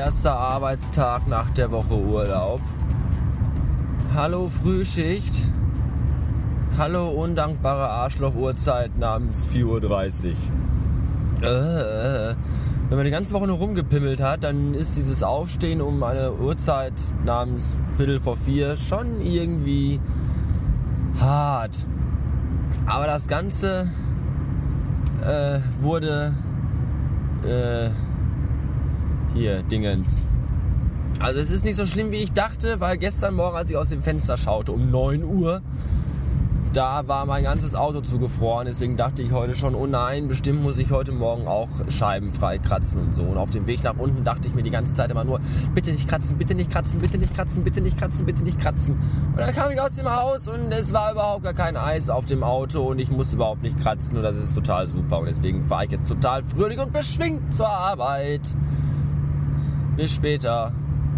allererster Arbeitstag nach der Woche Urlaub. Hallo Frühschicht. Hallo undankbare Arschloch-Uhrzeit namens 4:30 Uhr. Wenn man die ganze Woche nur rumgepimmelt hat, dann ist dieses Aufstehen um eine Uhrzeit namens 3:45 schon irgendwie hart. Aber das Ganze wurde hier Dingens. Also es ist nicht so schlimm, wie ich dachte, weil gestern Morgen, als ich aus dem Fenster schaute um 9 Uhr, da war mein ganzes Auto zugefroren. Deswegen dachte ich heute schon, oh nein, bestimmt muss ich heute Morgen auch Scheiben frei kratzen und so. Und auf dem Weg nach unten dachte ich mir die ganze Zeit immer nur, bitte nicht kratzen, bitte nicht kratzen, bitte nicht kratzen, bitte nicht kratzen, bitte nicht kratzen. Und dann kam ich aus dem Haus und es war überhaupt gar kein Eis auf dem Auto und ich musste überhaupt nicht kratzen und das ist total super. Und deswegen fahre ich jetzt total fröhlich und beschwingt zur Arbeit. Bis später.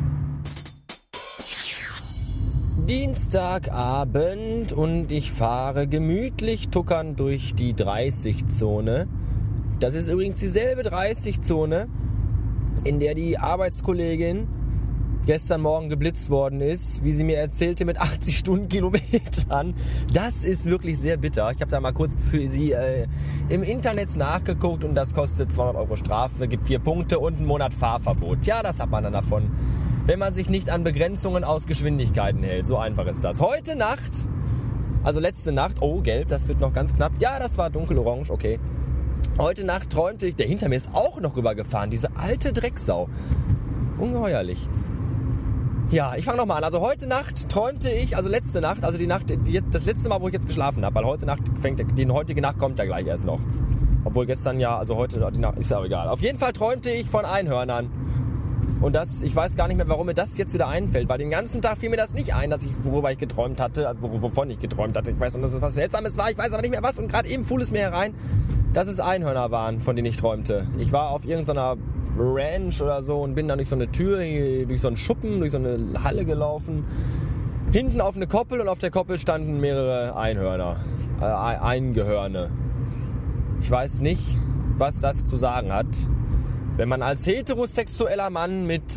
Dienstagabend und ich fahre gemütlich tuckern durch die 30-Zone. Das ist übrigens dieselbe 30-Zone, in der die Arbeitskollegin gestern Morgen geblitzt worden ist, wie sie mir erzählte, mit 80 Stundenkilometern. Das ist wirklich sehr bitter. Ich habe da mal kurz für sie im Internet nachgeguckt und das kostet 200 Euro Strafe, gibt 4 Punkte und einen Monat Fahrverbot. Ja, das hat man dann davon, wenn man sich nicht an Begrenzungen aus Geschwindigkeiten hält. So einfach ist das. Heute Nacht, also letzte Nacht, oh gelb, das wird noch ganz knapp. Ja, das war dunkelorange, okay. Heute Nacht träumte ich, der hinter mir ist auch noch rübergefahren, diese alte Drecksau. Ungeheuerlich. Ja, ich fange nochmal an. Also heute Nacht träumte ich, also letzte Nacht, also die Nacht, das letzte Mal, wo ich jetzt geschlafen habe, weil heute Nacht die heutige Nacht kommt ja gleich erst noch. Obwohl gestern ja, also heute die Nacht, ist ja auch egal. Auf jeden Fall träumte ich von Einhörnern. Und ich weiß gar nicht mehr, warum mir das jetzt wieder einfällt, weil den ganzen Tag fiel mir das nicht ein, worüber ich geträumt hatte, wovon ich geträumt hatte. Ich weiß noch, dass es was Seltsames war, ich weiß aber nicht mehr was. Und gerade eben fuhr es mir herein, dass es Einhörner waren, von denen ich träumte. Ich war auf irgendeiner Ranch oder so und bin dann durch so eine Tür, durch so einen Schuppen, durch so eine Halle gelaufen. Hinten auf eine Koppel und auf der Koppel standen mehrere Einhörner, Eingehörne. Ich weiß nicht, was das zu sagen hat. Wenn man als heterosexueller Mann mit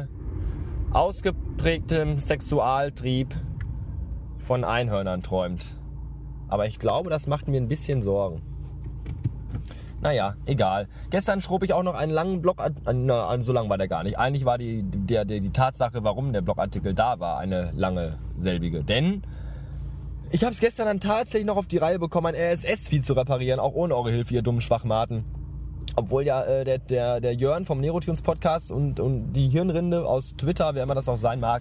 ausgeprägtem Sexualtrieb von Einhörnern träumt. Aber ich glaube, das macht mir ein bisschen Sorgen. Naja, egal. Gestern schrob ich auch noch einen langen Blog... so lang war der gar nicht. Eigentlich war die Tatsache, warum der Blogartikel da war, eine lange selbige. Denn ich habe es gestern dann tatsächlich noch auf die Reihe bekommen, ein RSS-Feed zu reparieren, auch ohne eure Hilfe, ihr dummen Schwachmaten. Obwohl ja der Jörn vom Nerotunes Podcast und die Hirnrinde aus Twitter, wer immer das auch sein mag,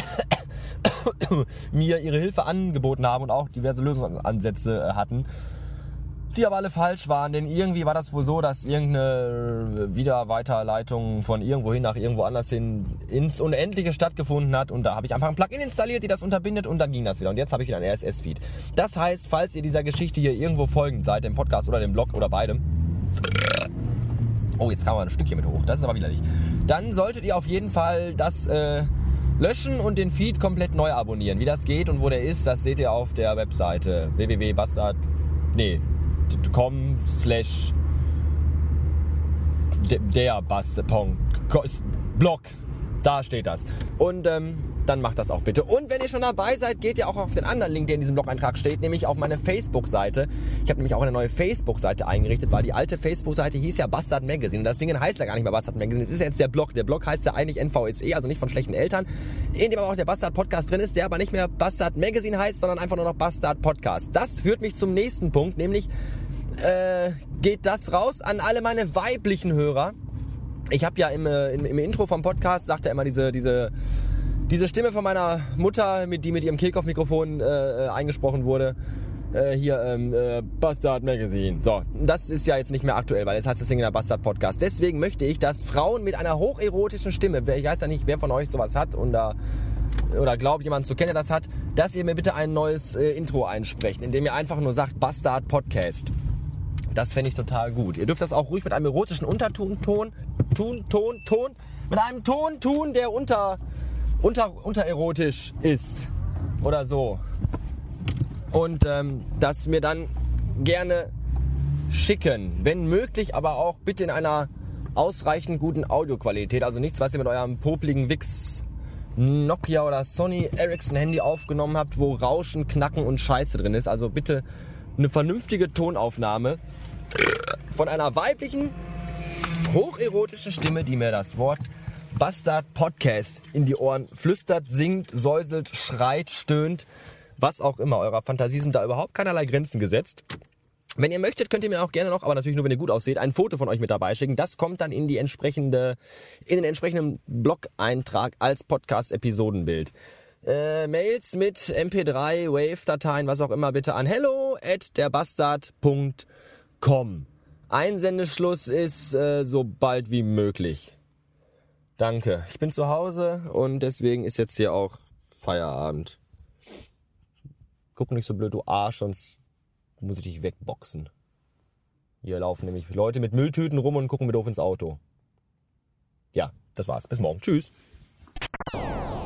mir ihre Hilfe angeboten haben und auch diverse Lösungsansätze hatten, die aber alle falsch waren. Denn irgendwie war das wohl so, dass irgendeine Wiederweiterleitung von irgendwohin nach irgendwo anders hin ins Unendliche stattgefunden hat. Und da habe ich einfach ein Plugin installiert, die das unterbindet und dann ging das wieder. Und jetzt habe ich wieder ein RSS-Feed. Das heißt, falls ihr dieser Geschichte hier irgendwo folgend seid, dem Podcast oder dem Blog oder beidem, oh, jetzt kam mal ein Stückchen mit hoch, das ist aber widerlich. Dann solltet ihr auf jeden Fall das löschen und den Feed komplett neu abonnieren. Wie das geht und wo der ist, das seht ihr auf der Webseite www.com/blog. Da steht das. Und dann macht das auch bitte. Und wenn ihr schon dabei seid, geht ihr auch auf den anderen Link, der in diesem Blog-Eintrag steht, nämlich auf meine Facebook-Seite. Ich habe nämlich auch eine neue Facebook-Seite eingerichtet, weil die alte Facebook-Seite hieß ja Bastard Magazine. Und das Ding heißt ja gar nicht mehr Bastard Magazine. Es ist jetzt der Blog. Der Blog heißt ja eigentlich NVSE, also nicht von schlechten Eltern, in dem aber auch der Bastard Podcast drin ist, der aber nicht mehr Bastard Magazine heißt, sondern einfach nur noch Bastard Podcast. Das führt mich zum nächsten Punkt, nämlich geht das raus an alle meine weiblichen Hörer. Ich habe ja im Intro vom Podcast, sagt er immer diese Stimme von meiner Mutter, die mit ihrem Kehlkopfmikrofon eingesprochen wurde, Bastard Magazine. So, das ist ja jetzt nicht mehr aktuell, weil jetzt heißt das Ding in der Bastard Podcast. Deswegen möchte ich, dass Frauen mit einer hocherotischen Stimme, ich weiß ja nicht, wer von euch sowas hat oder glaubt jemand zu kennen, der das hat, dass ihr mir bitte ein neues Intro einsprecht, indem ihr einfach nur sagt Bastard Podcast. Das fände ich total gut. Ihr dürft das auch ruhig mit einem erotischen Unterton, mit einem Ton tun, der untererotisch ist oder so. Und das mir dann gerne schicken. Wenn möglich, aber auch bitte in einer ausreichend guten Audioqualität. Also nichts, was ihr mit eurem popligen Wix Nokia oder Sony Ericsson Handy aufgenommen habt, wo Rauschen, Knacken und Scheiße drin ist. Also bitte eine vernünftige Tonaufnahme von einer weiblichen, hocherotischen Stimme, die mir das Wort Bastard Podcast in die Ohren flüstert, singt, säuselt, schreit, stöhnt, was auch immer. Eurer Fantasie sind da überhaupt keinerlei Grenzen gesetzt. Wenn ihr möchtet, könnt ihr mir auch gerne noch, aber natürlich nur, wenn ihr gut ausseht, ein Foto von euch mit dabei schicken. Das kommt dann in den entsprechenden Blog-Eintrag als Podcast-Episodenbild. Mails mit MP3, Wave-Dateien, was auch immer, bitte an hello@derbastard.com. Einsendeschluss ist so bald wie möglich. Danke. Ich bin zu Hause und deswegen ist jetzt hier auch Feierabend. Guck nicht so blöd, du Arsch, sonst muss ich dich wegboxen. Hier laufen nämlich Leute mit Mülltüten rum und gucken mir doof ins Auto. Ja, das war's. Bis morgen. Tschüss.